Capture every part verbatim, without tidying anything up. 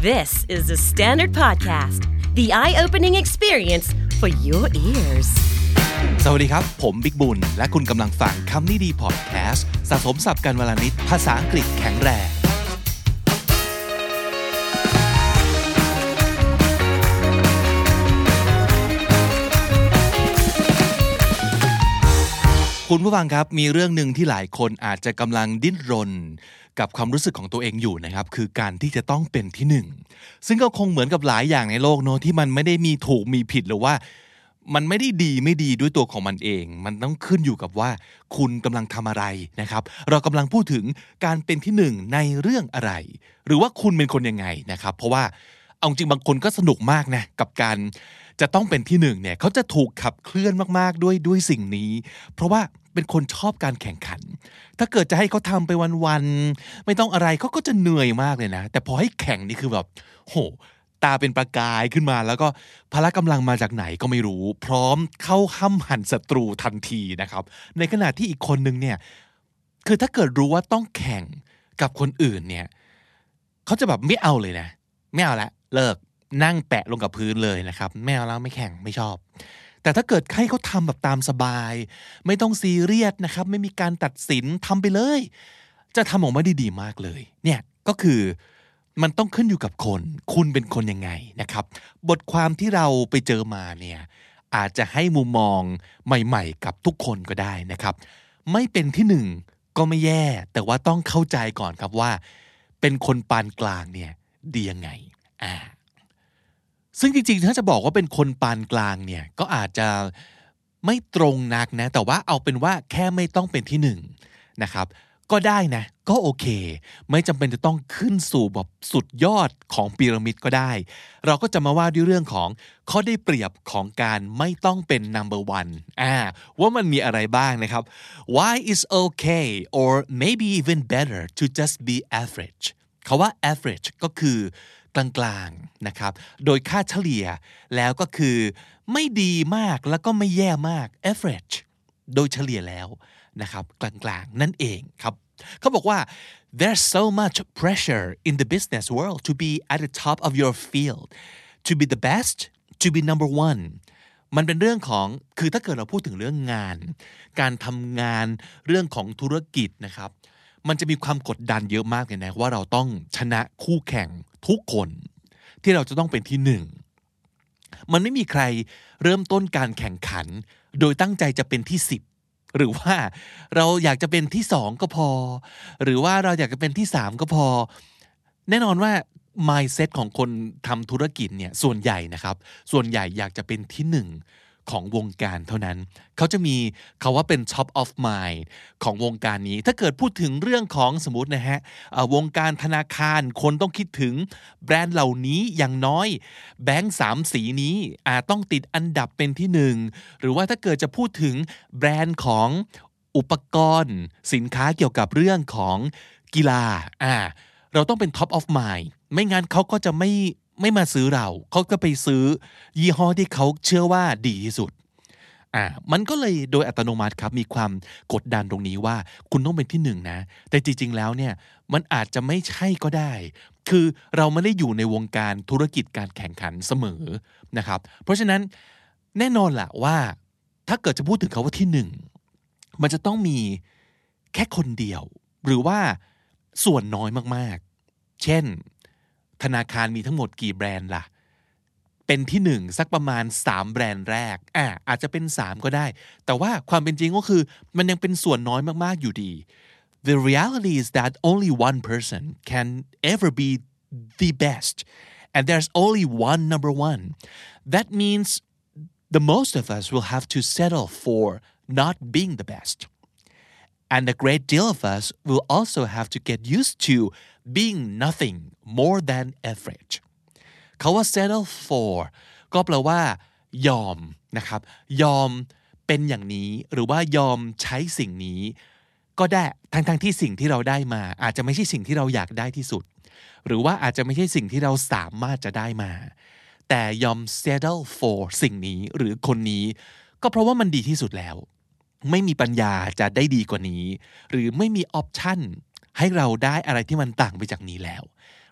This is the Standard Podcast, the eye-opening experience for your ears. สวัสดีครับผมบิ๊กบุญและคุณกำลังฟังคำนี้ดีพอดแคสต์สะสมศัพท์กันวลนิดภาษาอังกฤษแข็งแรงคุณผู้ฟังครับมีเรื่องหนึ่งที่หลายคนอาจจะกำลังดิ้นรนกับความรู้สึกของตัวเองอยู่นะครับคือการที่จะต้องเป็นที่หนึ่งซึ่งก็คงเหมือนกับหลายอย่างในโลกเนอะที่มันไม่ได้มีถูกมีผิดหรือว่ามันไม่ได้ดีไม่ดีด้วยตัวของมันเองมันต้องขึ้นอยู่กับว่าคุณกำลังทำอะไรนะครับเรากำลังพูดถึงการเป็นที่หนึ่งในเรื่องอะไรหรือว่าคุณเป็นคนยังไงนะครับเพราะว่าเอาจริงบางคนก็สนุกมากนะกับการจะต้องเป็นที่หนึ่งเนี่ยเขาจะถูกขับเคลื่อนมากๆด้วยด้วยสิ่งนี้เพราะว่าเป็นคนชอบการแข่งขันถ้าเกิดจะให้เขาทำไปวันๆไม่ต้องอะไรเขาก็จะเหนื่อยมากเลยนะแต่พอให้แข่งนี่คือแบบโหตาเป็นประกายขึ้นมาแล้วก็พละกำลังมาจากไหนก็ไม่รู้พร้อมเข้าห้ำหั่นศัตรูทันทีนะครับในขณะที่อีกคนนึงเนี่ยคือถ้าเกิดรู้ว่าต้องแข่งกับคนอื่นเนี่ยเขาจะแบบไม่เอาเลยนะไม่เอาละเลิกนั่งแปะลงกับพื้นเลยนะครับไม่เอาแล้วไม่แข่งไม่ชอบแต่ถ้าเกิดให้เขาทำแบบตามสบายไม่ต้องซีเรียสนะครับไม่มีการตัดสินทำไปเลยจะทำออกมาดีๆมากเลยเนี่ยก็คือมันต้องขึ้นอยู่กับคนคุณเป็นคนยังไงนะครับบทความที่เราไปเจอมาเนี่ยอาจจะให้มุมมองใหม่ๆกับทุกคนก็ได้นะครับไม่เป็นที่หนึ่งก็ไม่แย่แต่ว่าต้องเข้าใจก่อนครับว่าเป็นคนปานกลางเนี่ยดียังไงอ่าซึ่งจริงๆถ้าจะบอกว่าเป็นคนปานกลางเนี่ยก็อาจจะไม่ตรงนักนะแต่ว่าเอาเป็นว่าแค่ไม่ต้องเป็นที่หนึ่งนะครับก็ได้นะก็โอเคไม่จำเป็นจะต้องขึ้นสู่แบบสุดยอดของพีระมิดก็ได้เราก็จะมาว่าด้วยเรื่องของข้อได้เปรียบของการไม่ต้องเป็น number one อ่าว่ามันมีอะไรบ้างนะครับ why is okay or maybe even better to just be average คำว่า average ก็คือกลางๆนะครับโดยค่าเฉลี่ยแล้วก็คือไม่ดีมากแล้วก็ไม่แย่มาก average โดยเฉลี่ยแล้วนะครับกลางๆนั่นเองครับเขาบอกว่า there's so much pressure in the business world to be at the top of your field to be the best to be number one มันเป็นเรื่องของคือถ้าเกิดเราพูดถึงเรื่องงานการทำงานเรื่องของธุรกิจนะครับมันจะมีความกดดันเยอะมากเลยนะว่าเราต้องชนะคู่แข่งทุกคนที่เราจะต้องเป็นที่หนึ่งมันไม่มีใครเริ่มต้นการแข่งขันโดยตั้งใจจะเป็นที่สิบหรือว่าเราอยากจะเป็นที่สองก็พอหรือว่าเราอยากจะเป็นที่สามก็พอแน่นอนว่า mindset ของคนทำธุรกิจเนี่ยส่วนใหญ่นะครับส่วนใหญ่อยากจะเป็นที่หนึ่งของวงการเท่านั้นเขาจะมีคำว่าเป็น top of mind ของวงการนี้ถ้าเกิดพูดถึงเรื่องของสมมุตินะฮะวงการธนาคารคนต้องคิดถึงแบรนด์เหล่านี้อย่างน้อยแบงค์สามสีนี้อาจต้องติดอันดับเป็นที่หนึ่งหรือว่าถ้าเกิดจะพูดถึงแบรนด์ของอุปกรณ์สินค้าเกี่ยวกับเรื่องของกีฬาอ่าเราต้องเป็น top of mind ไม่งั้นเขาก็จะไม่ไม่มาซื้อเราเขาก็ไปซื้อยี่ห้อที่เขาเชื่อว่าดีที่สุดอ่ามันก็เลยโดยอัตโนมัติครับมีความกดดันตรงนี้ว่าคุณต้องเป็นที่หนึ่งนะแต่จริงๆแล้วเนี่ยมันอาจจะไม่ใช่ก็ได้คือเราไม่ได้อยู่ในวงการธุรกิจการแข่งขันเสมอนะครับเพราะฉะนั้นแน่นอนล่ะว่าถ้าเกิดจะพูดถึงคำว่าที่หนึ่งมันจะต้องมีแค่คนเดียวหรือว่าส่วนน้อยมากๆเช่นธนาคารมีทั้งหมดกี่แบรนด์ล่ะเป็นที่หนึ่งสักประมาณสามแบรนด์แรกอ่ะอาจจะเป็นสามก็ได้แต่ว่าความเป็นจริงก็คือมันยังเป็นส่วนน้อยมากๆอยู่ดี The reality is that only one person can ever be the best and there's only one number one that means the most of us will have to settle for not being the best and a great deal of us will also have to get used to being nothing more than average คำว่า settle for ก็แปลว่ายอมนะครับยอมเป็นอย่างนี้หรือว่ายอมใช้สิ่งนี้ก็ได้ทั้งๆที่สิ่งที่เราได้มาอาจจะไม่ใช่สิ่งที่เราอยากได้ที่สุดหรือว่าอาจจะไม่ใช่สิ่งที่เราสามารถจะได้มาแต่ยอม settle for สิ่งนี้หรือคนนี้ก็เพราะว่ามันดีที่สุดแล้วไม่มีปัญญาจะได้ดีกว่านี้หรือไม่มีออปชั่นให้เราได้อะไรที่มันต่างไปจากนี้แล้ว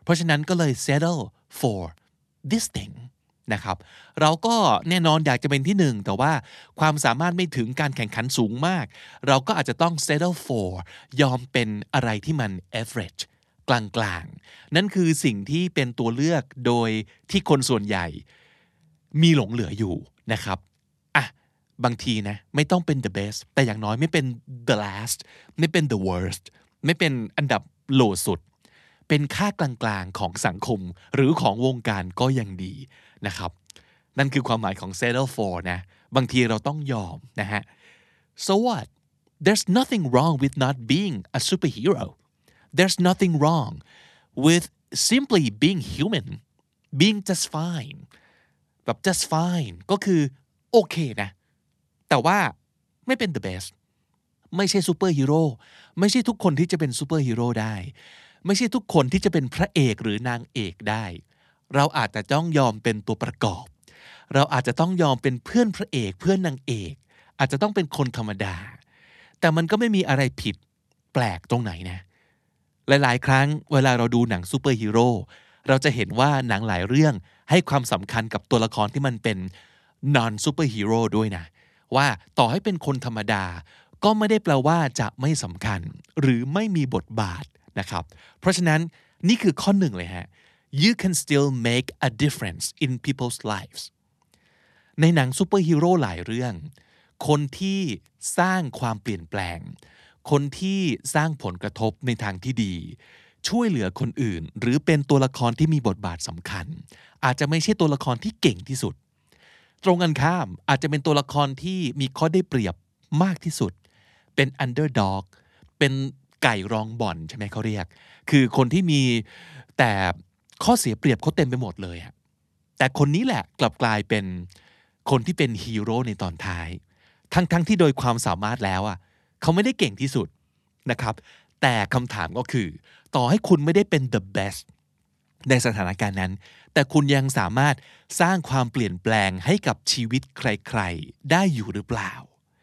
เพราะฉะนั้นก็เลย settle for this thing นะครับเราก็แน่นอนอยากจะเป็นที่หนึ่งแต่ว่าความสามารถไม่ถึงการแข่งขันสูงมากเราก็อาจจะต้อง settle for ยอมเป็นอะไรที่มัน average กลางๆนั่นคือสิ่งที่เป็นตัวเลือกโดยที่คนส่วนใหญ่มีหลงเหลืออยู่นะครับอ่ะบางทีนะไม่ต้องเป็น the best แต่อย่างน้อยไม่เป็น the last ไม่เป็น the worst ไม่เป็นอันดับโลสุดเป็นค่ากลางๆของสังคมหรือของวงการก็ยังดีนะครับนั่นคือความหมายของ settle for นะบางทีเราต้องยอมนะฮะ so what there's nothing wrong with not being a superhero there's nothing wrong with simply being human being just fine แบบ just fine ก็คือโอเคนะแต่ว่าไม่เป็น the best ไม่ใช่ซูเปอร์ฮีโร่ไม่ใช่ทุกคนที่จะเป็นซูเปอร์ฮีโร่ได้ไม่ใช่ทุกคนที่จะเป็นพระเอกหรือนางเอกได้เราอาจจะต้องยอมเป็นตัวประกอบเราอาจจะต้องยอมเป็นเพื่อนพระเอกเพื่อนนางเอกอาจจะต้องเป็นคนธรรมดาแต่มันก็ไม่มีอะไรผิดแปลกตรงไหนนะหลายๆครั้งเวลาเราดูหนังซูเปอร์ฮีโร่เราจะเห็นว่าหนังหลายเรื่องให้ความสำคัญกับตัวละครที่มันเป็น non superhero ด้วยนะว่าต่อให้เป็นคนธรรมดาก็ไม่ได้แปลว่าจะไม่สำคัญหรือไม่มีบทบาทนะครับเพราะฉะนั้นนี่คือข้อหนึ่งเลยฮะ you can still make a difference in people's lives ในหนังซูเปอร์ฮีโร่หลายเรื่องคนที่สร้างความเปลี่ยนแปลงคนที่สร้างผลกระทบในทางที่ดีช่วยเหลือคนอื่นหรือเป็นตัวละครที่มีบทบาทสำคัญอาจจะไม่ใช่ตัวละครที่เก่งที่สุดตรงกันข้ามอาจจะเป็นตัวละครที่มีข้อได้เปรียบมากที่สุดเป็น underdog เป็นไก่รองบ่อนใช่ไหมเขาเรียกคือคนที่มีแต่ข้อเสียเปรียบเขาเต็มไปหมดเลยอะแต่คนนี้แหละกลับกลายเป็นคนที่เป็นฮีโร่ในตอนท้ายทั้งๆ ท, ที่โดยความสามารถแล้วอะเขาไม่ได้เก่งที่สุดนะครับแต่คำถามก็คือต่อให้คุณไม่ได้เป็น the best ในสถานการณ์นั้นแต่คุณยังสามารถสร้างความเปลี่ยนแปลงให้กับชีวิตใครๆได้อยู่หรือเปล่า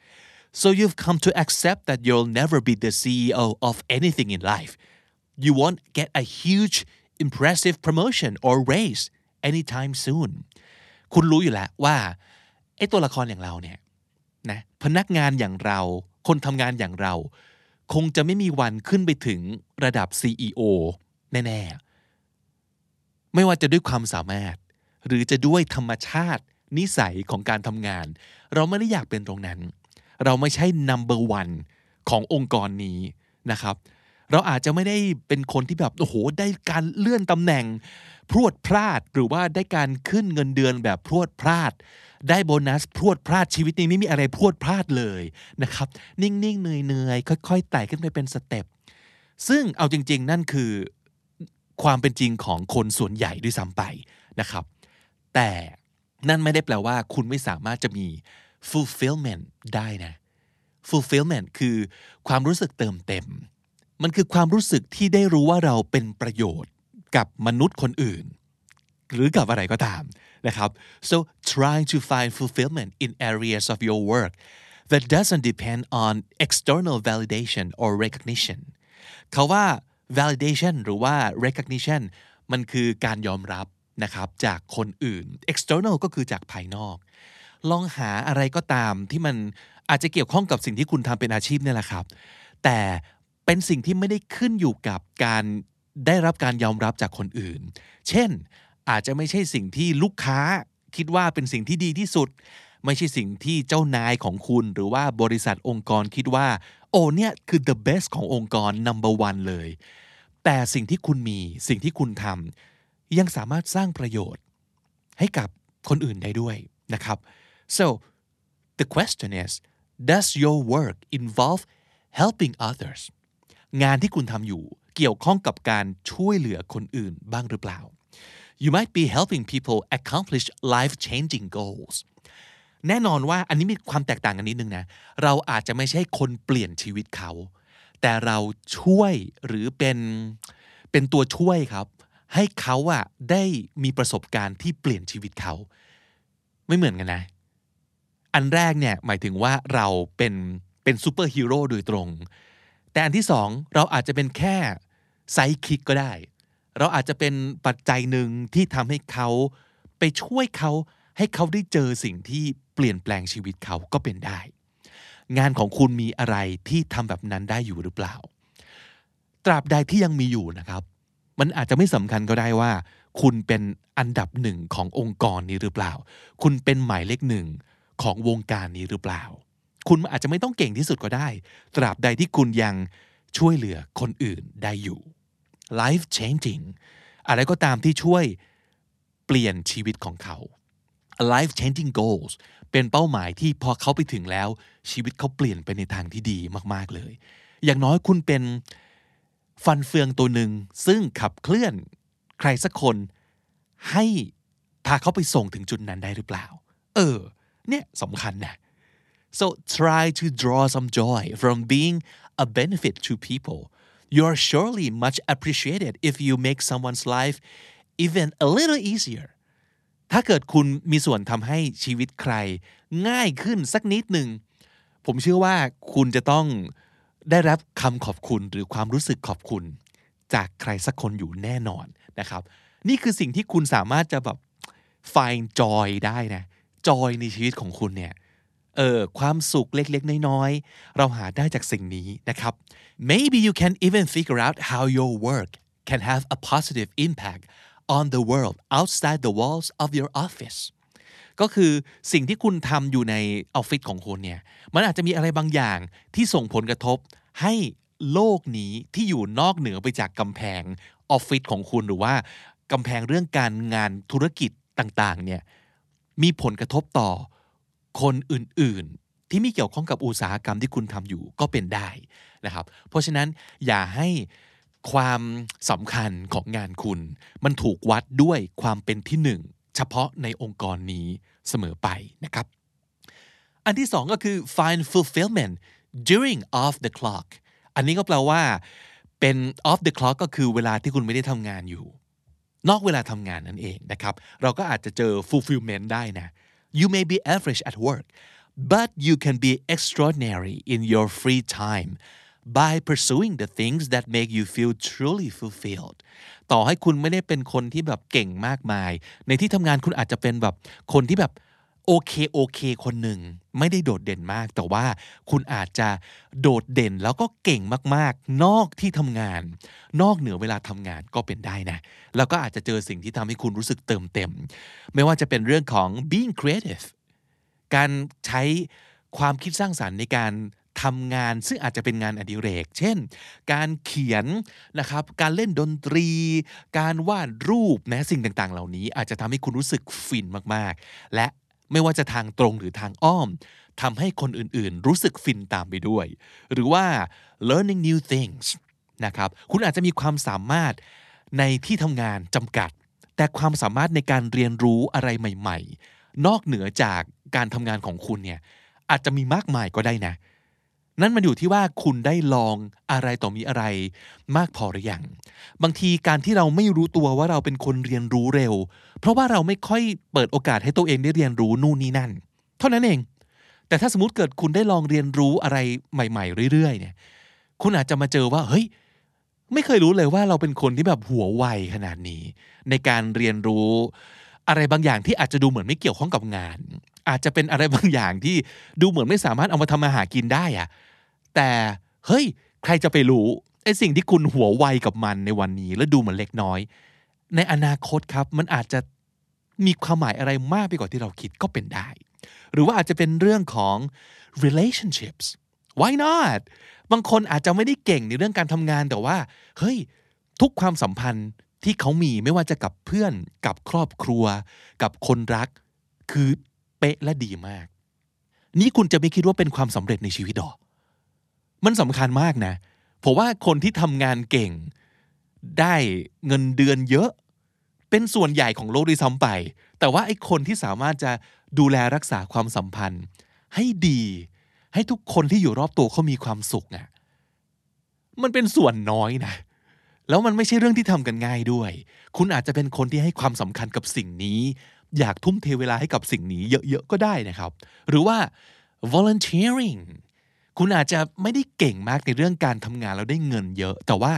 so you've come to accept that you'll never be the ซี อี โอ of anything in life you won't get a huge impressive promotion or raise anytime soon คุณรู้อยู่แล้วว่าไอ้ตัวละครอย่างเราเนี่ยนะพนักงานอย่างเราคนทำงานอย่างเราคงจะไม่มีวันขึ้นไปถึงระดับ ซี อี โอ แน่ๆไม่ว่าจะด้วยความสามารถหรือจะด้วยธรรมชาตินิสัยของการทำงานเราไม่ได้อยากเป็นตรงนั้นเราไม่ใช่ number one ขององค์กรนี้นะครับเราอาจจะไม่ได้เป็นคนที่แบบโอ้โหได้การเลื่อนตำแหน่งพรวดพลาดหรือว่าได้การขึ้นเงินเดือนแบบพรวดพลาดได้โบนัสพรวดพลาดชีวิตนี้ไม่มีอะไรพรวดพลาดเลยนะครับนิ่งๆเหนื่อยๆค่อยๆไต่ขึ้นไปเป็นสเต็ปซึ่งเอาจริงๆนั่นคือความเป็นจริงของคนส่วนใหญ่ด้วยซ้ำไปนะครับแต่นั่นไม่ได้แปลว่าคุณไม่สามารถจะมี fulfillment ได้นะ fulfillment คือความรู้สึกเติมเต็มมันคือความรู้สึกที่ได้รู้ว่าเราเป็นประโยชน์กับมนุษย์คนอื่นหรือกับอะไรก็ตามนะครับ so trying to find fulfillment in areas of your work that doesn't depend on external validation or recognition เขาว่า validation หรือว่า recognition มันคือการยอมรับนะครับจากคนอื่น external ก็คือจากภายนอกลองหาอะไรก็ตามที่มันอาจจะเกี่ยวข้องกับสิ่งที่คุณทำเป็นอาชีพนี่แหละครับแต่เป็นสิ่งที่ไม่ได้ขึ้นอยู่กับการได้รับการยอมรับจากคนอื่นเช่นอาจจะไม่ใช่สิ่งที่ลูกค้าคิดว่าเป็นสิ่งที่ดีที่สุดไม่ใช่สิ่งที่เจ้านายของคุณหรือว่าบริษัทองค์กรคิดว่าโอ้เนี่ยคือ the best ขององค์กร number one เลยแต่สิ่งที่คุณมีสิ่งที่คุณทำยังสามารถสร้างประโยชน์ให้กับคนอื่นได้ด้วยนะครับ so the question is does your work involve helping others งานที่คุณทำอยู่เกี่ยวข้องกับการช่วยเหลือคนอื่นบ้างหรือเปล่า You might be helping people accomplish life-changing goals แน่นอนว่าอันนี้มีความแตกต่างกันนิดนึงนะเราอาจจะไม่ใช่คนเปลี่ยนชีวิตเขาแต่เราช่วยหรือเป็นเป็นตัวช่วยครับให้เขาอะได้มีประสบการณ์ที่เปลี่ยนชีวิตเขาไม่เหมือนกันนะอันแรกเนี่ยหมายถึงว่าเราเป็นเป็นซูเปอร์ฮีโร่โดยตรงแต่อันที่สองเราอาจจะเป็นแค่ไซด์คิกก็ได้เราอาจจะเป็นปัจจัยหนึ่งที่ทำให้เขาไปช่วยเขาให้เขาได้เจอสิ่งที่เปลี่ยนแปลงชีวิตเขาก็เป็นได้งานของคุณมีอะไรที่ทำแบบนั้นได้อยู่หรือเปล่าตราบใดที่ยังมีอยู่นะครับมันอาจจะไม่สำคัญก็ได้ว่าคุณเป็นอันดับหนึ่งขององค์กรนี้หรือเปล่าคุณเป็นหมายเลขหนึ่งของวงการนี้หรือเปล่าคุณอาจจะไม่ต้องเก่งที่สุดก็ได้ตราบใดที่คุณยังช่วยเหลือคนอื่นได้อยู่ life changing อะไรก็ตามที่ช่วยเปลี่ยนชีวิตของเขา life changing goals เป็นเป้าหมายที่พอเขาไปถึงแล้วชีวิตเขาเปลี่ยนไปในทางที่ดีมากๆเลยอย่างน้อยคุณเป็นฟันเฟืองตัวหนึ่งซึ่งขับเคลื่อนใครสักคนให้พาเขาไปส่งถึงจุดนั้นได้หรือเปล่าเออเนี่ยสำคัญนะ so try to draw some joy from being a benefit to people you're surely much appreciated if you make someone's life even a little easier ถ้าเกิดคุณมีส่วนทำให้ชีวิตใครง่ายขึ้นสักนิดหนึ่งผมเชื่อว่าคุณจะต้องได้รับคำขอบคุณหรือความรู้สึกขอบคุณจากใครสักคนอยู่แน่นอนนะครับนี่คือสิ่งที่คุณสามารถจะแบบ find joy ได้นะ joy ในชีวิตของคุณเนี่ยเออความสุขเล็กๆน้อยๆเราหาได้จากสิ่งนี้นะครับ maybe you can even figure out how your work can have a positive impact on the world outside the walls of your office ก็คือสิ่งที่คุณทำอยู่ในออฟฟิศของคุณเนี่ยมันอาจจะมีอะไรบางอย่างที่ส่งผลกระทบให้โลกนี้ที่อยู่นอกเหนือไปจากกำแพงออฟฟิศของคุณหรือว่ากำแพงเรื่องการงานธุรกิจต่างๆเนี่ยมีผลกระทบต่อคนอื่นๆที่ไม่เกี่ยวข้องกับอุตสาหกรรมที่คุณทำอยู่ก็เป็นได้นะครับเพราะฉะนั้นอย่าให้ความสำคัญของงานคุณมันถูกวัดด้วยความเป็นที่หนึ่งเฉพาะในองค์กรนี้เสมอไปนะครับอันที่สองก็คือ find fulfillment during off the clock อันนี้ก็แปลว่าเป็น off the clock ก็คือเวลาที่คุณไม่ได้ทำงานอยู่นอกเวลาทำงานนั่นเองนะครับเราก็อาจจะเจอ fulfillment ได้นะ you may be average at work but you can be extraordinary in your free time by pursuing the things that make you feel truly fulfilled ต่อให้คุณไม่ได้เป็นคนที่แบบเก่งมากมายในที่ทำงานคุณอาจจะเป็นแบบคนที่แบบโอเคโอเคคนหนึ่งไม่ได้โดดเด่นมากแต่ว่าคุณอาจจะโดดเด่นแล้วก็เก่งมากๆนอกที่ทำงานนอกเหนือเวลาทำงานก็เป็นได้นะแล้วก็อาจจะเจอสิ่งที่ทำให้คุณรู้สึกเติมเต็มไม่ว่าจะเป็นเรื่องของ being creative การใช้ความคิดสร้างสรรค์ในการทำงานซึ่งอาจจะเป็นงานอดิเรกเช่นการเขียนนะครับการเล่นดนตรีการวาดรูปนะสิ่งต่างๆเหล่านี้อาจจะทำให้คุณรู้สึกฟินมากๆและไม่ว่าจะทางตรงหรือทางอ้อมทำให้คนอื่นๆรู้สึกฟินตามไปด้วยหรือว่า learning new things นะครับคุณอาจจะมีความสามารถในที่ทำงานจำกัดแต่ความสามารถในการเรียนรู้อะไรใหม่ๆนอกเหนือจากการทำงานของคุณเนี่ยอาจจะมีมากมายก็ได้นะนั่นมันอยู่ที่ว่าคุณได้ลองอะไรต่อมีอะไรมากพอหรือยังบางทีการที่เราไม่รู้ตัวว่าเราเป็นคนเรียนรู้เร็วเพราะว่าเราไม่ค่อยเปิดโอกาสให้ตัวเองได้เรียนรู้นู่นนี่นั่นเท่านั้นเองแต่ถ้าสมมติเกิดคุณได้ลองเรียนรู้อะไรใหม่ๆเรื่อยๆเนี่ยคุณอาจจะมาเจอว่าเฮ้ยไม่เคยรู้เลยว่าเราเป็นคนที่แบบหัวไวขนาดนี้ในการเรียนรู้อะไรบางอย่างที่อาจจะดูเหมือนไม่เกี่ยวข้องกับงานอาจจะเป็นอะไรบางอย่างที่ดูเหมือนไม่สามารถเอามาทำมาหากินได้อะแต่เฮ้ยใครจะไปรู้ไอ้สิ่งที่คุณหัวไวกับมันในวันนี้แล้วดูเหมือนเล็กน้อยในอนาคตครับมันอาจจะมีความหมายอะไรมากไปกว่าที่เราคิดก็เป็นได้หรือว่าอาจจะเป็นเรื่องของ relationships why not บางคนอาจจะไม่ได้เก่งในเรื่องการทำงานแต่ว่าเฮ้ยทุกความสัมพันธ์ที่เขามีไม่ว่าจะกับเพื่อนกับครอบครัวกับคนรักคือเป๊ะและดีมากนี่คุณจะไม่คิดว่าเป็นความสำเร็จในชีวิตหรอมันสำคัญมากนะเพราะว่าคนที่ทำงานเก่งได้เงินเดือนเยอะเป็นส่วนใหญ่ของโลกด้วยซ้ำไปแต่ว่าไอ้คนที่สามารถจะดูแลรักษาความสัมพันธ์ให้ดีให้ทุกคนที่อยู่รอบตัวเขามีความสุขอ่ะมันเป็นส่วนน้อยนะแล้วมันไม่ใช่เรื่องที่ทำกันง่ายด้วยคุณอาจจะเป็นคนที่ให้ความสำคัญกับสิ่งนี้อยากทุ่มเทเวลาให้กับสิ่งนี้เยอะๆก็ได้นะครับหรือว่า volunteering คุณอาจจะไม่ได้เก่งมากในเรื่องการทำงานแล้วได้เงินเยอะแต่ว่า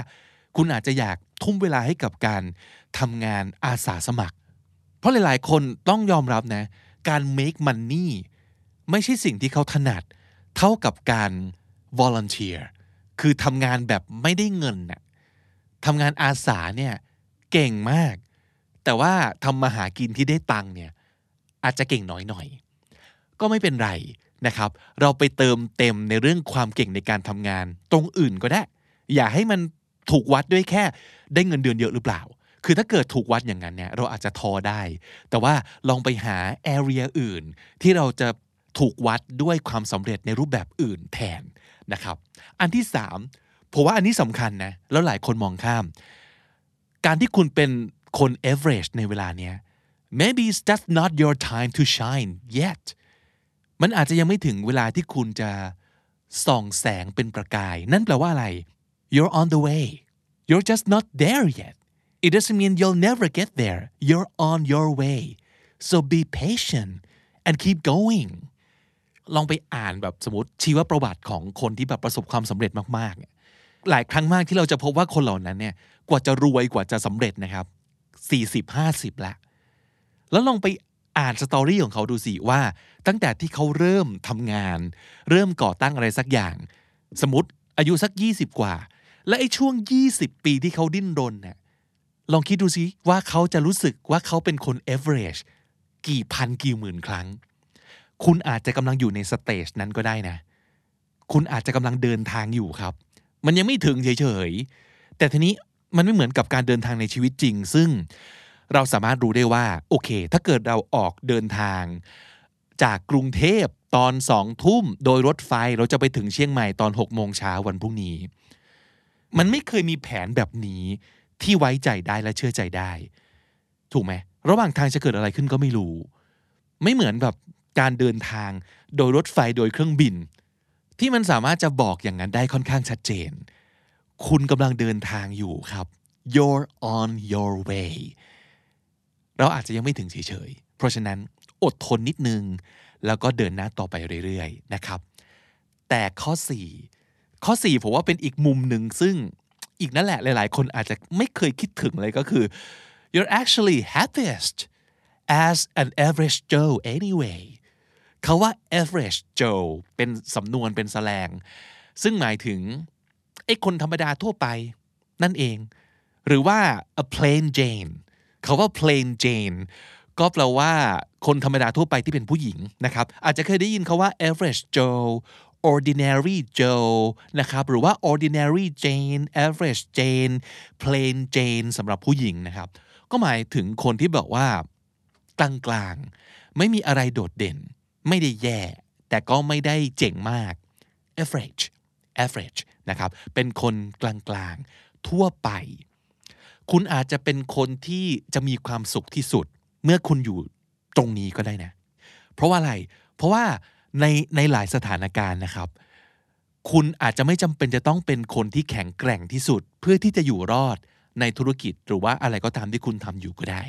คุณอาจจะอยากทุ่มเวลาให้กับการทำงานอาสาสมัครเพราะหลายๆคนต้องยอมรับนะการ make money ไม่ใช่สิ่งที่เขาถนัดเท่ากับการ volunteer คือทำงานแบบไม่ได้เงินน่ะทำงานอาสาเนี่ยเก่งมากแต่ว่าทำมาหากินที่ได้ตังค์เนี่ยอาจจะเก่งน้อยหน่อยก็ไม่เป็นไรนะครับเราไปเติมเต็มในเรื่องความเก่งในการทำงานตรงอื่นก็ได้อย่าให้มันถูกวัดด้วยแค่ได้เงินเดือนเยอะหรือเปล่าคือถ้าเกิดถูกวัดอย่างนั้นเนี่ยเราอาจจะท้อได้แต่ว่าลองไปหา area อื่นที่เราจะถูกวัดด้วยความสำเร็จในรูปแบบอื่นแทนนะครับอันที่สามผมว่าอันนี้สำคัญนะแล้วหลายคนมองข้ามการที่คุณเป็นคน average ในเวลาเนี้ย maybe it's just not your time to shine yet มันอาจจะยังไม่ถึงเวลาที่คุณจะส่องแสงเป็นประกายนั่นแปลว่าอะไร you're on the way you're just not there yet it doesn't mean you'll never get there you're on your way so be patient and keep going ลองไปอ่านแบบสมมติชีวประวัติของคนที่แบบประสบความสำเร็จมากๆหลายครั้งมากที่เราจะพบว่าคนเหล่านั้นเนี่ยกว่าจะรวยกว่าจะสำเร็จนะครับสี่สิบ ห้าสิบละแล้วลองไปอ่านสตอรี่ของเขาดูสิว่าตั้งแต่ที่เขาเริ่มทำงานเริ่มก่อตั้งอะไรสักอย่างสมมติอายุสักยี่สิบกว่าและไอ้ช่วงยี่สิบปีที่เขาดิ้นรนเนี่ยลองคิดดูสิว่าเขาจะรู้สึกว่าเขาเป็นคน average กี่พันกี่หมื่นครั้งคุณอาจจะกำลังอยู่ในสเตจนั้นก็ได้นะคุณอาจจะกำลังเดินทางอยู่ครับมันยังไม่ถึงเฉยๆแต่ทีนี้มันไม่เหมือนกับการเดินทางในชีวิตจริงซึ่งเราสามารถรู้ได้ว่าโอเคถ้าเกิดเราออกเดินทางจากกรุงเทพตอนสองทุ่มโดยรถไฟเราจะไปถึงเชียงใหม่ตอนหกโมงเช้าวันพรุ่งนี้มันไม่เคยมีแผนแบบนี้ที่ไว้ใจได้และเชื่อใจได้ถูกไหมระหว่างทางจะเกิดอะไรขึ้นก็ไม่รู้ไม่เหมือนแบบการเดินทางโดยรถไฟโดยเครื่องบินที่มันสามารถจะบอกอย่างนั้นได้ค่อนข้างชัดเจนคุณกำลังเดินทางอยู่ครับ you're on your way เราอาจจะยังไม่ถึงเฉยๆเพราะฉะนั้นอดทนนิดนึงแล้วก็เดินหน้าต่อไปเรื่อยๆนะครับแต่ข้อสี่ข้อสี่ผมว่าเป็นอีกมุมหนึ่งซึ่งอีกนั่นแหละหลายๆคนอาจจะไม่เคยคิดถึงเลยก็คือ you're actually happiest as an average Joe anyway เขาว่า average Joe เป็นสำนวนเป็นแสแลงซึ่งหมายถึงไอ้คนธรรมดาทั่วไปนั่นเองหรือว่า a plain Jane เขาว่า plain Jane ก็แปลว่าคนธรรมดาทั่วไปที่เป็นผู้หญิงนะครับอาจจะเคยได้ยินเขาว่า average Joe ordinary Joe นะครับหรือว่า ordinary Jane average Jane plain Jane สำหรับผู้หญิงนะครับก็หมายถึงคนที่บอกว่ากลางๆไม่มีอะไรโดดเด่นไม่ได้แย่แต่ก็ไม่ได้เจ๋งมาก average average นะครับเป็นคนกลางๆทั่วไปคุณอาจจะเป็นคนที่จะมีความสุขที่สุดเมื่อคุณอยู่ตรงนี้ก็ได้นะเพราะว่าอะไรเพราะว่าในในหลายสถานการณ์นะครับคุณอาจจะไม่จำเป็นจะต้องเป็นคนที่แข็งแกร่งที่สุดเพื่อที่จะอยู่รอดในธุรกิจหรือว่าอะไรก็ตามที่คุณทำอยู่ก็ได้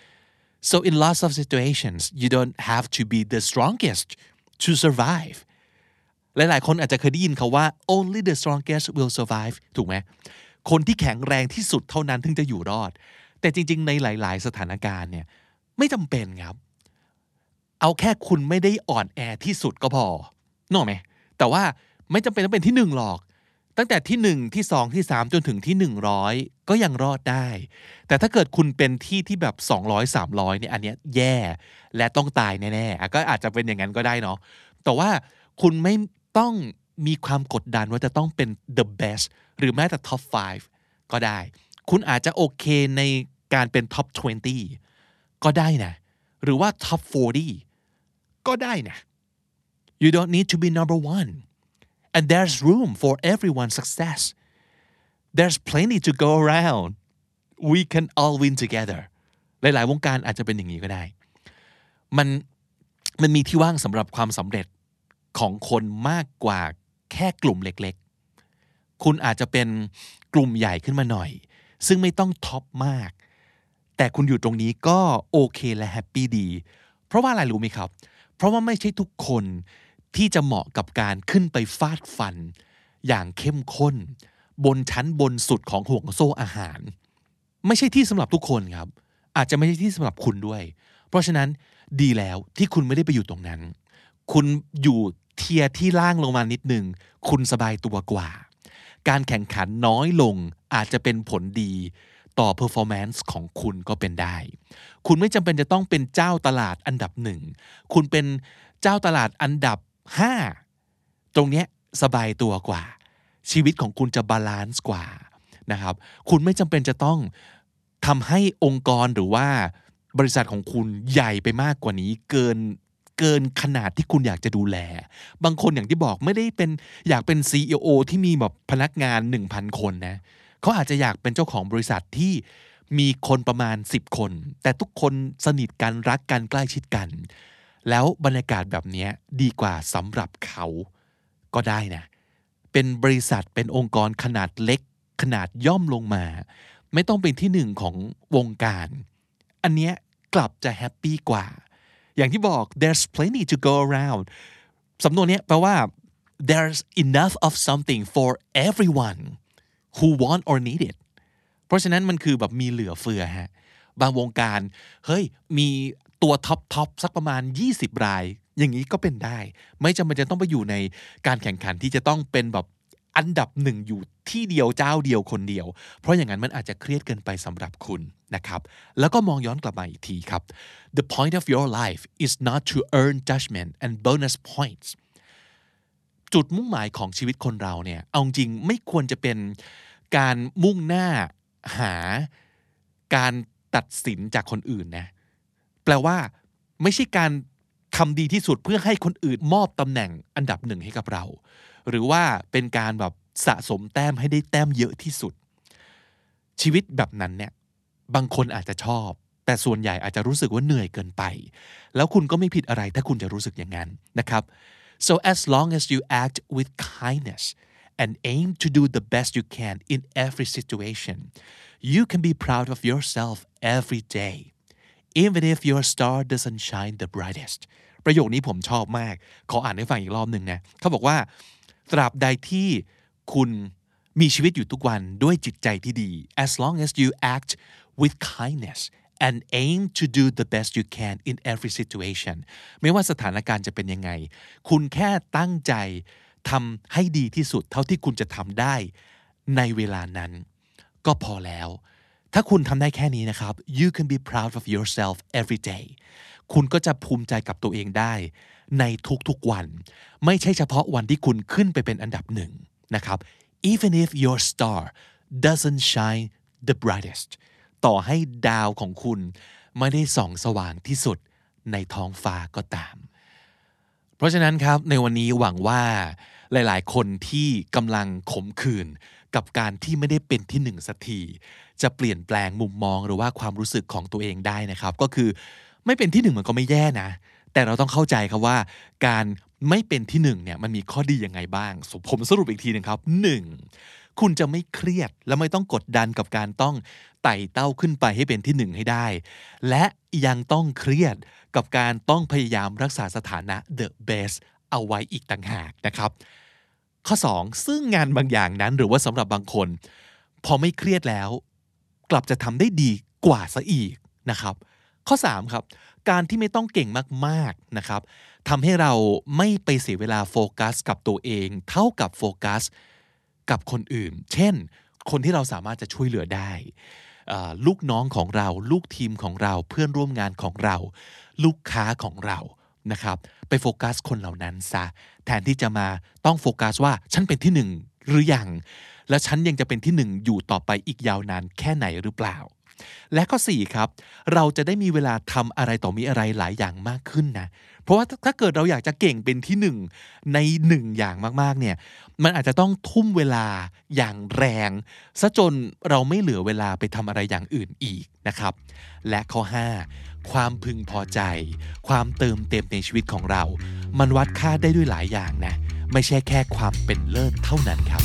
so in lots of situations you don't have to be the strongest to survive หลายๆคนอาจจะเคยได้ยินเขาว่า only the strongest will survive ถูกไหมคนที่แข็งแรงที่สุดเท่านั้นถึงจะอยู่รอดแต่จริงๆในหลายๆสถานการณ์เนี่ยไม่จำเป็นครับเอาแค่คุณไม่ได้อ่อนแอที่สุดก็พอนึกออกไหมแต่ว่าไม่จำเป็นต้องเป็นที่หนึ่งหรอกตั้งแต่ที่หนึ่งที่สองที่สามจนถึงที่หนึ่งร้อยก็ยังรอดได้แต่ถ้าเกิดคุณเป็นที่ที่แบบสองร้อย สามร้อยเนี่ยอันเนี้ยแย่และต้องตายแน่ๆก็อาจจะเป็นอย่างนั้นก็ได้เนาะแต่ว่าคุณไม่ต้องมีความกดดันว่าจะต้องเป็น the best หรือแม้แต่ top ห้าก็ได้คุณอาจจะโอเคในการเป็น top ยี่สิบก็ได้นะหรือว่า top สี่สิบก็ได้นะ you don't need to be number one and there's room for everyone's success there's plenty to go around we can all win together หลายๆวงการอาจจะเป็นอย่างนี้ก็ได้มันมันมีที่ว่างสำหรับความสำเร็จของคนมากกว่าแค่กลุ่มเล็กๆคุณอาจจะเป็นกลุ่มใหญ่ขึ้นมาหน่อยซึ่งไม่ต้องท็อปมากแต่คุณอยู่ตรงนี้ก็โอเคและแฮปปี้ดีเพราะว่าอะไรรู้ไหมครับเพราะว่าไม่ใช่ทุกคนที่จะเหมาะกับการขึ้นไปฟาดฟันอย่างเข้มข้นบนชั้นบนสุดของห่วงโซ่อาหารไม่ใช่ที่สำหรับทุกคนครับอาจจะไม่ใช่ที่สำหรับคุณด้วยเพราะฉะนั้นดีแล้วที่คุณไม่ได้ไปอยู่ตรงนั้นคุณอยู่เทียร์ที่ล่างลงมานิดนึงคุณสบายตัวกว่าการแข่งขันน้อยลงอาจจะเป็นผลดีต่อ performance ของคุณก็เป็นได้คุณไม่จำเป็นจะต้องเป็นเจ้าตลาดอันดับหนึ่งคุณเป็นเจ้าตลาดอันดับห้าตรงเนี้ยสบายตัวกว่าชีวิตของคุณจะบาลานซ์กว่านะครับคุณไม่จำเป็นจะต้องทำให้องค์กรหรือว่าบริษัทของคุณใหญ่ไปมากกว่านี้เกินเกินขนาดที่คุณอยากจะดูแลบางคนอย่างที่บอกไม่ได้เป็นอยากเป็น ซี อี โอ ที่มีแบบพนักงาน หนึ่งพัน คนนะเขาอาจจะอยากเป็นเจ้าของบริษัทที่มีคนประมาณสิบคนแต่ทุกคนสนิทกันรักกันใกล้ชิดกันแล้วบรรยากาศแบบนี้ดีกว่าสำหรับเขาก็ได้นะเป็นบริษัทเป็นองค์กรขนาดเล็กขนาดย่อมลงมาไม่ต้องเป็นที่หนึ่งของวงการอันเนี้ยกลับจะแฮปปี้กว่าอย่างที่บอก there's plenty to go around สำนวนนี้แปลว่า there's enough of something for everyone who want or need it เพราะฉะนั้นมันคือแบบมีเหลือเฟือฮะบางวงการเฮ้ยมีตัวท็อปท็อปสักประมาณยี่สิบรายอย่างนี้ก็เป็นได้ไม่จำเป็นจะต้องไปอยู่ในการแข่งขันที่จะต้องเป็นแบบอันดับหนึ่งอยู่ที่เดียวเจ้าเดียวคนเดียวเพราะอย่างนั้นมันอาจจะเครียดเกินไปสำหรับคุณนะครับแล้วก็มองย้อนกลับมาอีกทีครับ The point of your life is not to earn judgment and bonus points จุดมุ่งหมายของชีวิตคนเราเนี่ยเอาจริงไม่ควรจะเป็นการมุ่งหน้าหาการตัดสินจากคนอื่นนะแปลว่าไม่ใช่การทำดีที่สุดเพื่อให้คนอื่นมอบตำแหน่งอันดับหนึ่งให้กับเราหรือว่าเป็นการแบบสะสมแต้มให้ได้แต้มเยอะที่สุดชีวิตแบบนั้นเนี่ยบางคนอาจจะชอบแต่ส่วนใหญ่อาจจะรู้สึกว่าเหนื่อยเกินไปแล้วคุณก็ไม่ผิดอะไรถ้าคุณจะรู้สึกอย่างนั้นนะครับ so as long as you act with kindness and aim to do the best you can in every situation you can be proud of yourself every day even if your star doesn't shine the brightest ประโยคนี้ผมชอบมากขออ่านให้ฟังอีกรอบหนึ่งนะเขาบอกว่าตราบใดที่คุณมีชีวิตอยู่ทุกวันด้วยจิตใจที่ดี as long as you act with kindness and aim to do the best you can in every situation ไม่ว่าสถานการณ์จะเป็นยังไงคุณแค่ตั้งใจทำให้ดีที่สุดเท่าที่คุณจะทำได้ในเวลานั้นก็พอแล้วถ้าคุณทำได้แค่นี้นะครับ you can be proud of yourself every day คุณก็จะภูมิใจกับตัวเองได้ในทุกๆวันไม่ใช่เฉพาะวันที่คุณขึ้นไปเป็นอันดับหนึ่งนะครับ even if your star doesn't shine the brightest ต่อให้ดาวของคุณไม่ได้ส่องสว่างที่สุดในท้องฟ้าก็ตามเพราะฉะนั้นครับในวันนี้หวังว่าหลายๆคนที่กำลังขมขื่นกับการที่ไม่ได้เป็นที่หนึ่งสักทีจะเปลี่ยนแปลงมุมมองหรือว่าความรู้สึกของตัวเองได้นะครับก็คือไม่เป็นที่หนึ่งมันก็ไม่แย่นะแต่เราต้องเข้าใจครับว่าการไม่เป็นที่หนึ่งเนี่ยมันมีข้อดียังไงบ้างผมสรุปอีกทีนึงครับหนึ่งคุณจะไม่เครียดและไม่ต้องกดดันกับการต้องไต่เต้าขึ้นไปให้เป็นที่หนึ่งให้ได้และยังต้องเครียดกับการต้องพยายามรักษาสถานะ the best เอาไว้อีกต่างหากนะครับข้อสองซึ่งงานบางอย่างนั้นหรือว่าสำหรับบางคนพอไม่เครียดแล้วกลับจะทำได้ดีกว่าซะอีกนะครับข้อสามครับการที่ไม่ต้องเก่งมากๆนะครับทำให้เราไม่ไปเสียเวลาโฟกัสกับตัวเองเท่ากับโฟกัสกับคนอื่นเช่นคนที่เราสามารถจะช่วยเหลือได้ลูกน้องของเราลูกทีมของเราเพื่อนร่วมงานของเราลูกค้าของเรานะครับไปโฟกัสคนเหล่านั้นซะแทนที่จะมาต้องโฟกัสว่าฉันเป็นที่หนึ่งหรือยังและฉันยังจะเป็นที่หนึ่งอยู่ต่อไปอีกยาวนานแค่ไหนหรือเปล่าและข้อสี่ครับเราจะได้มีเวลาทำอะไรต่อมีอะไรหลายอย่างมากขึ้นนะเพราะว่าถ้าเกิดเราอยากจะเก่งเป็นที่หนึ่งในหนึ่งอย่างมากๆเนี่ยมันอาจจะต้องทุ่มเวลาอย่างแรงซะจนเราไม่เหลือเวลาไปทำอะไรอย่างอื่นอีกนะครับและข้อห้าความพึงพอใจความเติมเต็มในชีวิตของเรามันวัดค่าได้ด้วยหลายอย่างนะไม่ใช่แค่ความเป็นเลิศเท่านั้นครับ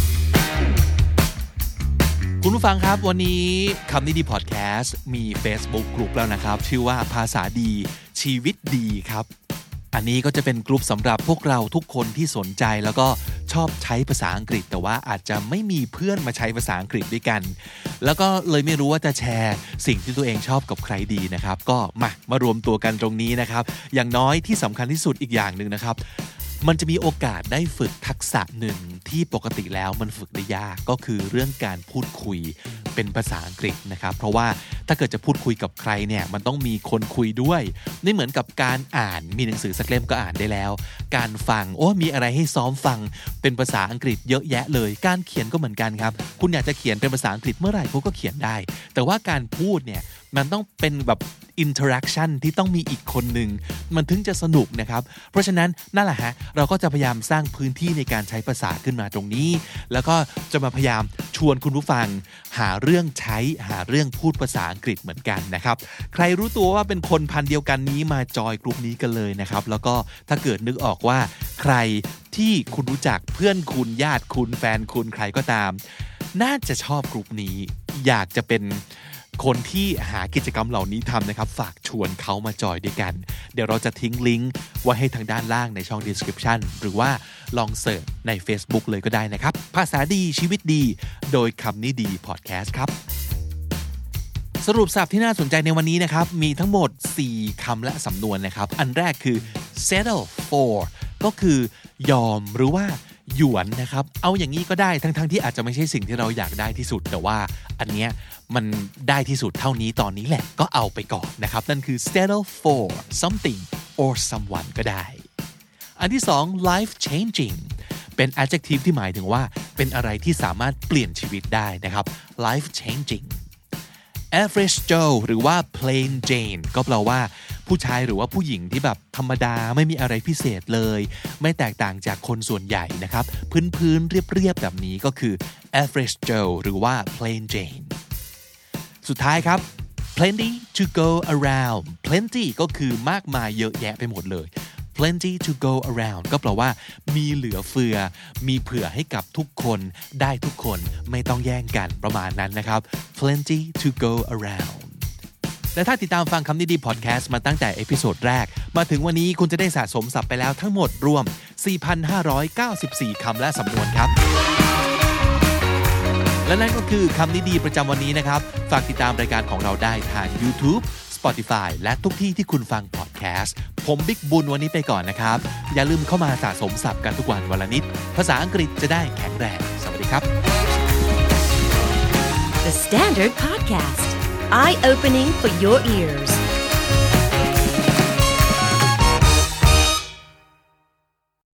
คุณผู้ฟังครับวันนี้คำนี้ดีพอดแคสต์มี Facebook กลุ่มแล้วนะครับชื่อว่าภาษาดีชีวิตดีครับอันนี้ก็จะเป็นกลุ่มสำหรับพวกเราทุกคนที่สนใจแล้วก็ชอบใช้ภาษาอังกฤษแต่ว่าอาจจะไม่มีเพื่อนมาใช้ภาษาอังกฤษด้วยกันแล้วก็เลยไม่รู้ว่าจะแชร์สิ่งที่ตัวเองชอบกับใครดีนะครับก็มามารวมตัวกันตรงนี้นะครับอย่างน้อยที่สำคัญที่สุดอีกอย่างนึงนะครับมันจะมีโอกาสได้ฝึกทักษะหนึ่งที่ปกติแล้วมันฝึกได้ยากก็คือเรื่องการพูดคุยเป็นภาษาอังกฤษนะครับเพราะว่าถ้าเกิดจะพูดคุยกับใครเนี่ยมันต้องมีคนคุยด้วยไม่เหมือนกับการอ่านมีหนังสือสักเล่มก็อ่านได้แล้วการฟังโอ้มีอะไรให้ซ้อมฟังเป็นภาษาอังกฤษเยอะแยะเลยการเขียนก็เหมือนกันครับคุณอยากจะเขียนเป็นภาษาอังกฤษเมื่อไหร่คุณก็เขียนได้แต่ว่าการพูดเนี่ยมันต้องเป็นแบบอินเทอร์แอคชั่นที่ต้องมีอีกคนหนึ่งมันถึงจะสนุกนะครับเพราะฉะนั้นนั่นแหละฮะเราก็จะพยายามสร้างพื้นที่ในการใช้ภาษาขึ้นมาตรงนี้แล้วก็จะมาพยายามชวนคุณผู้ฟังหาเรื่องใช้หาเรื่องพูดภาษาอังกฤษเหมือนกันนะครับใครรู้ตัวว่าเป็นคนพันธุ์เดียวกันนี้มาจอยกลุ่มนี้กันเลยนะครับแล้วก็ถ้าเกิดนึกออกว่าใครที่คุณรู้จักเพื่อนคุณญาติคุณแฟนคุณใครก็ตามน่าจะชอบกลุ่มนี้อยากจะเป็นคนที่หากิจกรรมเหล่านี้ทำนะครับฝากชวนเขามาจอยด้วยกันเดี๋ยวเราจะทิ้งลิงก์ไว้ให้ทางด้านล่างในช่อง description หรือว่าลองเสิร์ชใน Facebook เลยก็ได้นะครับภาษาดีชีวิตดีโดยคำนี้ดีพอดแคสต์ครับสรุปศัพท์ที่น่าสนใจในวันนี้นะครับมีทั้งหมดสี่คำและสำนวนนะครับอันแรกคือ settle for ก็คือยอมหรือว่าหยวนนะครับเอาอย่างนี้ก็ได้ทั้งๆ ท, ที่อาจจะไม่ใช่สิ่งที่เราอยากได้ที่สุดแต่ว่าอันเนี้ยมันได้ที่สุดเท่านี้ตอนนี้แหละก็เอาไปก่อนนะครับนั่นคือ settle for something or someone ก็ได้อันที่สอง life changing เป็น adjective ที่หมายถึงว่าเป็นอะไรที่สามารถเปลี่ยนชีวิตได้นะครับ life changing average Joe หรือว่า plain Jane ก็แปลว่าผู้ชายหรือว่าผู้หญิงที่แบบธรรมดาไม่มีอะไรพิเศษเลยไม่แตกต่างจากคนส่วนใหญ่นะครับพื้นๆเรียบๆแบบนี้ก็คือ average Joe หรือว่า plain Jane สุดท้ายครับ plenty to go around plenty ก็คือมากมายเยอะแยะไปหมดเลย plenty to go around ก็แปลว่ามีเหลือเฟือมีเผื่อให้กับทุกคนได้ทุกคนไม่ต้องแย่งกันประมาณนั้นนะครับ plenty to go around และถ้าติดตามฟังคำนี้ดีพอดแคสต์มาตั้งแต่เอพิโซดแรกมาถึงวันนี้คุณจะได้สะสมศัพท์ไปแล้วทั้งหมดรวม สี่พันห้าร้อยเก้าสิบสี่ คำและสำนวนครับและนั่นก็คือคำนี้ดีประจำวันนี้นะครับฝากติดตามรายการของเราได้ทาง YouTube Spotify และทุกที่ที่คุณฟังพอดแคสต์ผมบิ๊กบุญวันนี้ไปก่อนนะครับอย่าลืมเข้ามาสะสมศัพท์กันทุกวันวันละนิดภาษาอังกฤษจะได้แข็งแรงสวัสดีครับ The Standard Podcast Eye Opening for Your Ears